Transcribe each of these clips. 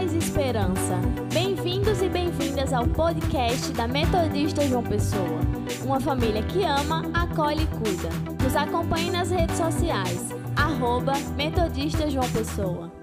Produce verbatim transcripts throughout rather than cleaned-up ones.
paz e esperança. Bem-vindos e bem-vindas ao podcast da Metodista João Pessoa. Uma família que ama, acolhe e cuida. Nos acompanhe nas redes sociais, arroba Metodista João Pessoa.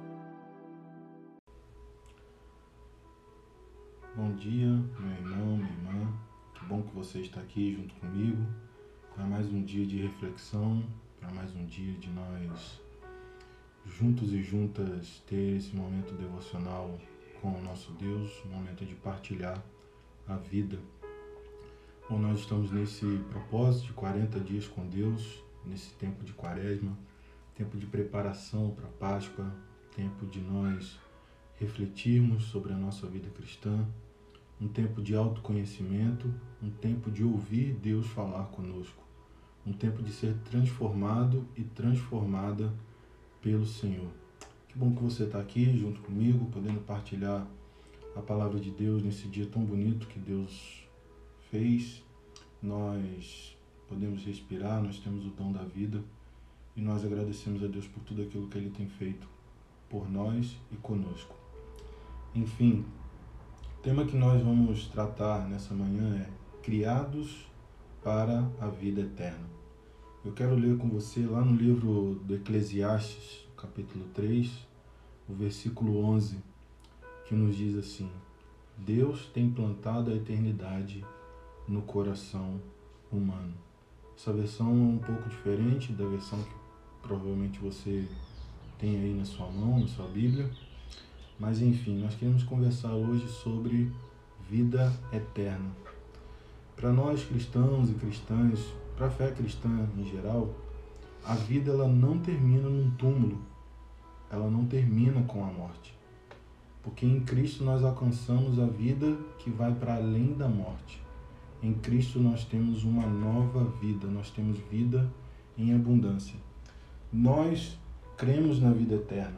Bom dia, meu irmão, minha irmã. Que bom que você está aqui junto comigo para mais um dia de reflexão, para mais um dia de nós juntos e juntas ter esse momento devocional com o nosso Deus, um momento de partilhar a vida. Bom, nós estamos nesse propósito de quarenta dias com Deus, nesse tempo de quaresma, tempo de preparação para a Páscoa, tempo de nós refletirmos sobre a nossa vida cristã, um tempo de autoconhecimento, um tempo de ouvir Deus falar conosco, um tempo de ser transformado e transformada pelo Senhor. Que bom que você está aqui junto comigo, podendo partilhar a palavra de Deus nesse dia tão bonito que Deus fez. Nós podemos respirar, nós temos o dom da vida e nós agradecemos a Deus por tudo aquilo que Ele tem feito por nós e conosco. Enfim, o tema que nós vamos tratar nessa manhã é Criados para a Vida Eterna. Eu quero ler com você lá no livro do Eclesiastes, capítulo três, o versículo onze, que nos diz assim: Deus tem plantado a eternidade no coração humano. Essa versão é um pouco diferente da versão que provavelmente você tem aí na sua mão, na sua Bíblia. Mas enfim, nós queremos conversar hoje sobre vida eterna. Para nós cristãos e cristãs, para a fé cristã em geral, a vida ela não termina num túmulo, ela não termina com a morte. Porque em Cristo nós alcançamos a vida que vai para além da morte. Em Cristo nós temos uma nova vida, nós temos vida em abundância. Nós cremos na vida eterna.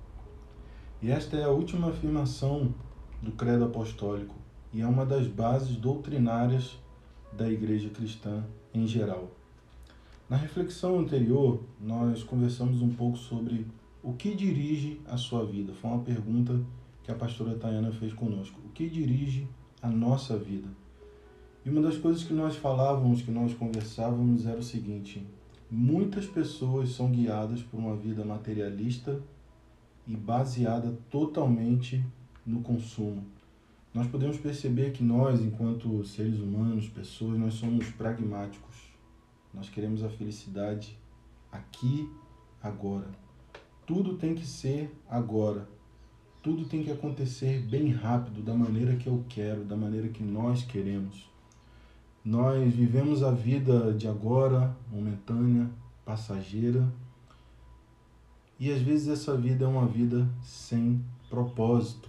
E esta é a última afirmação do credo apostólico e é uma das bases doutrinárias da igreja cristã em geral. Na reflexão anterior, nós conversamos um pouco sobre o que dirige a sua vida. Foi uma pergunta que a pastora Tayana fez conosco. O que dirige a nossa vida? E uma das coisas que nós falávamos, que nós conversávamos era o seguinte: muitas pessoas são guiadas por uma vida materialista e baseada totalmente no consumo. Nós podemos perceber que nós, enquanto seres humanos, pessoas, nós somos pragmáticos. Nós queremos a felicidade aqui, agora. Tudo tem que ser agora. Tudo tem que acontecer bem rápido, da maneira que eu quero, da maneira que nós queremos. Nós vivemos a vida de agora, momentânea, passageira, e às vezes essa vida é uma vida sem propósito.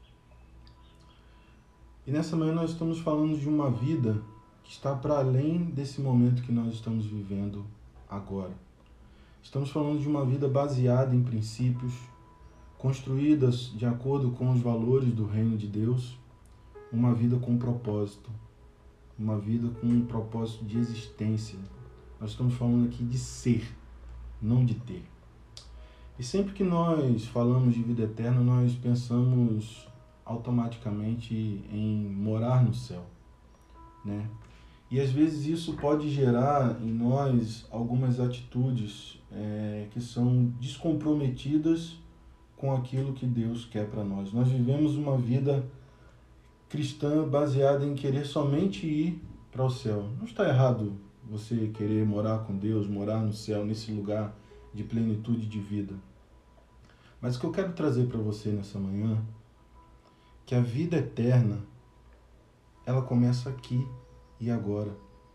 E nessa manhã nós estamos falando de uma vida que está para além desse momento que nós estamos vivendo agora. Estamos falando de uma vida baseada em princípios, construídas de acordo com os valores do reino de Deus, uma vida com propósito, uma vida com um propósito de existência. Nós estamos falando aqui de ser, não de ter. E sempre que nós falamos de vida eterna, nós pensamos automaticamente em morar no céu, né? E às vezes isso pode gerar em nós algumas atitudes é, que são descomprometidas com aquilo que Deus quer para nós. Nós vivemos uma vida cristã baseada em querer somente ir para o céu. Não está errado você querer morar com Deus, morar no céu, nesse lugar de plenitude de vida. Mas o que eu quero trazer para você nessa manhã, que a vida eterna, ela começa aqui e agora.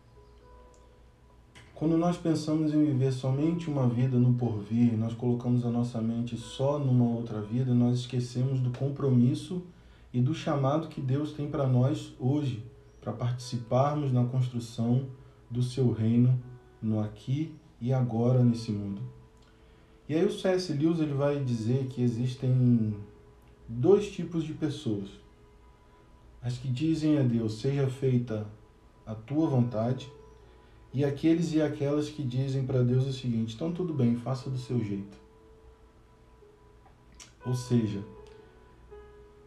Quando nós pensamos em viver somente uma vida no porvir, nós colocamos a nossa mente só numa outra vida, nós esquecemos do compromisso e do chamado que Deus tem para nós hoje, para participarmos na construção do seu reino no aqui e agora nesse mundo. E aí o C S Lewis ele vai dizer que existem dois tipos de pessoas. As que dizem a Deus, seja feita a tua vontade, e aqueles e aquelas que dizem para Deus o seguinte: então tudo bem, faça do seu jeito. Ou seja,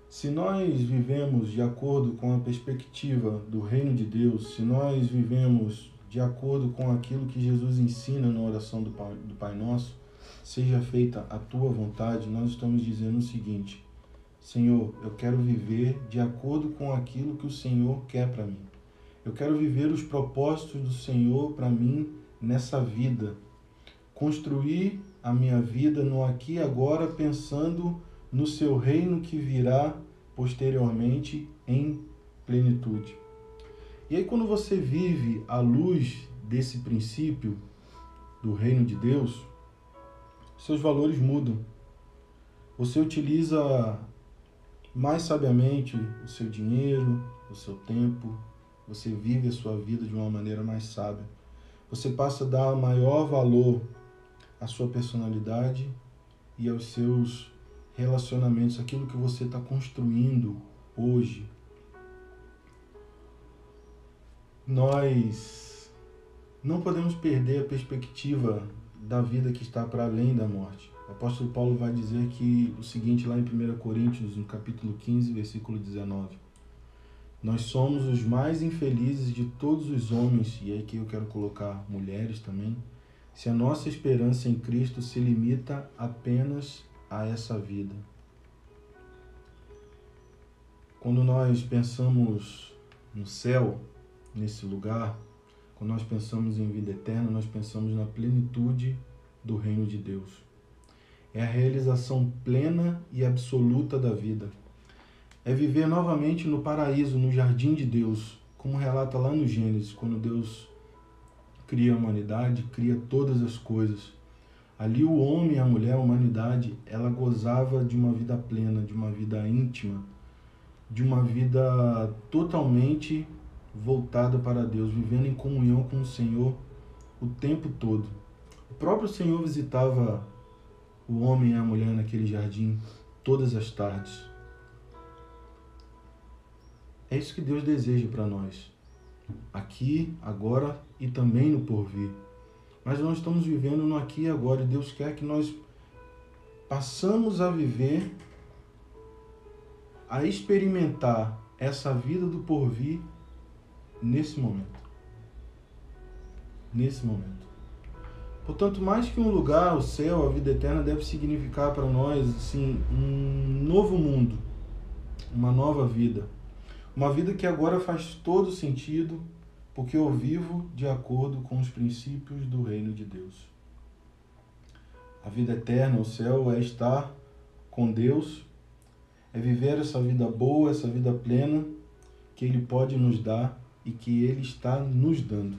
Se nós vivemos de acordo com a perspectiva do reino de Deus, se nós vivemos de acordo com aquilo que Jesus ensina na oração do Pai, do Pai Nosso, seja feita a tua vontade, nós estamos dizendo o seguinte: Senhor, eu quero viver de acordo com aquilo que o Senhor quer para mim. Eu quero viver os propósitos do Senhor para mim nessa vida. Construir a minha vida no aqui e agora, pensando no seu reino que virá posteriormente em plenitude. E aí, quando você vive à luz desse princípio do reino de Deus, seus valores mudam. Você utiliza mais sabiamente o seu dinheiro, o seu tempo, você vive a sua vida de uma maneira mais sábia. Você passa a dar maior valor à sua personalidade e aos seus relacionamentos, aquilo que você está construindo hoje. Nós não podemos perder a perspectiva da vida que está para além da morte. O apóstolo Paulo vai dizer que o seguinte lá em primeira Coríntios, no capítulo quinze, versículo dezenove. Nós somos os mais infelizes de todos os homens, e aqui eu quero colocar mulheres também, se a nossa esperança em Cristo se limita apenas a essa vida. Quando nós pensamos no céu, nesse lugar, quando nós pensamos em vida eterna, nós pensamos na plenitude do reino de Deus. É a realização plena e absoluta da vida. É viver novamente no paraíso, no jardim de Deus, como relata lá no Gênesis, quando Deus cria a humanidade, cria todas as coisas. Ali o homem e a mulher, a humanidade, ela gozava de uma vida plena, de uma vida íntima, de uma vida totalmente voltada para Deus, vivendo em comunhão com o Senhor o tempo todo. O próprio Senhor visitava o homem e a mulher naquele jardim todas as tardes. É isso que Deus deseja para nós, aqui, agora e também no porvir. Mas nós estamos vivendo no aqui e agora, e Deus quer que nós passamos a viver, a experimentar essa vida do porvir nesse momento. Nesse momento. Portanto, mais que um lugar, o céu, a vida eterna, deve significar para nós assim, um novo mundo, uma nova vida. Uma vida que agora faz todo sentido, porque eu vivo de acordo com os princípios do reino de Deus. A vida eterna, o céu, é estar com Deus, é viver essa vida boa, essa vida plena que Ele pode nos dar e que Ele está nos dando.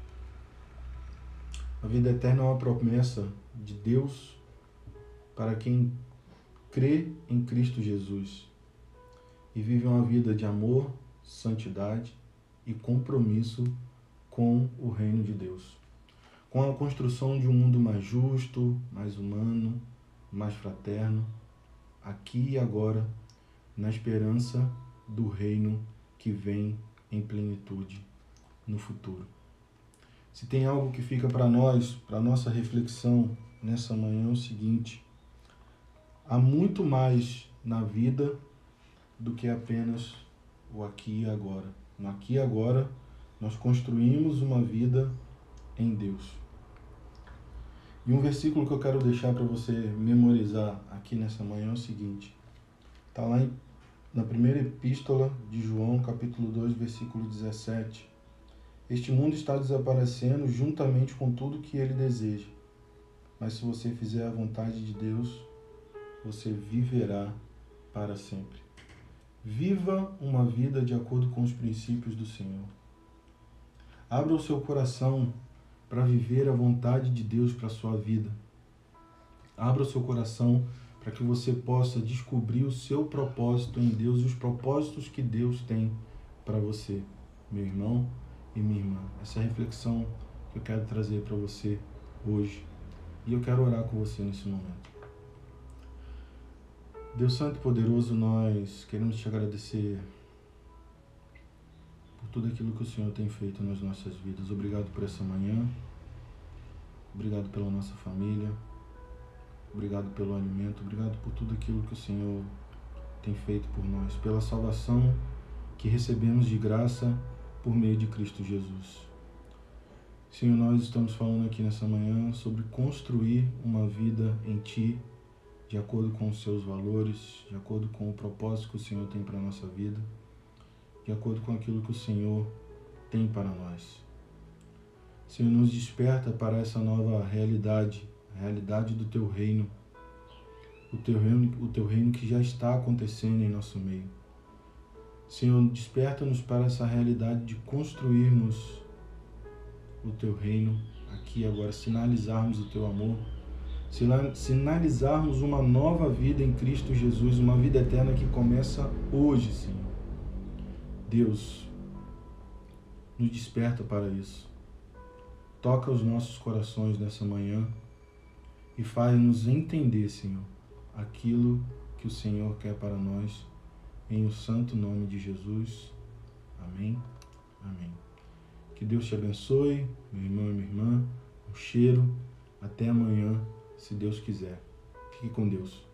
A vida eterna é uma promessa de Deus para quem crê em Cristo Jesus e vive uma vida de amor, santidade e compromisso com o reino de Deus, com a construção de um mundo mais justo, mais humano, mais fraterno, aqui e agora, na esperança do reino que vem em plenitude no futuro. Se tem algo que fica para nós, para nossa reflexão nessa manhã, é o seguinte: há muito mais na vida do que apenas o aqui e agora. No aqui e agora, nós construímos uma vida em Deus. E um versículo que eu quero deixar para você memorizar aqui nessa manhã é o seguinte. Está lá em, na primeira epístola de João, capítulo dois, versículo dezessete. Este mundo está desaparecendo juntamente com tudo que ele deseja. Mas se você fizer a vontade de Deus, você viverá para sempre. Viva uma vida de acordo com os princípios do Senhor. Abra o seu coração para viver a vontade de Deus para a sua vida. Abra o seu coração para que você possa descobrir o seu propósito em Deus e os propósitos que Deus tem para você, meu irmão e minha irmã. Essa é a reflexão que eu quero trazer para você hoje. E eu quero orar com você nesse momento. Deus Santo e Poderoso, nós queremos te agradecer por tudo aquilo que o Senhor tem feito nas nossas vidas. Obrigado por essa manhã. Obrigado pela nossa família. Obrigado pelo alimento. Obrigado por tudo aquilo que o Senhor tem feito por nós, pela salvação que recebemos de graça por meio de Cristo Jesus. Senhor, nós estamos falando aqui nessa manhã sobre construir uma vida em Ti, de acordo com os Seus valores, de acordo com o propósito que o Senhor tem para a nossa vida, de acordo com aquilo que o Senhor tem para nós. Senhor, nos desperta para essa nova realidade, a realidade do Teu reino, o Teu reino, o Teu reino que já está acontecendo em nosso meio. Senhor, desperta-nos para essa realidade de construirmos o Teu reino aqui agora, sinalizarmos o Teu amor, sinalizarmos uma nova vida em Cristo Jesus, uma vida eterna que começa hoje, Senhor. Deus, nos desperta para isso. Toca os nossos corações nessa manhã e faz-nos entender, Senhor, aquilo que o Senhor quer para nós, em o santo nome de Jesus. Amém. Amém. Que Deus te abençoe, meu irmão e minha irmã. Um cheiro. Até amanhã, se Deus quiser. Fique com Deus.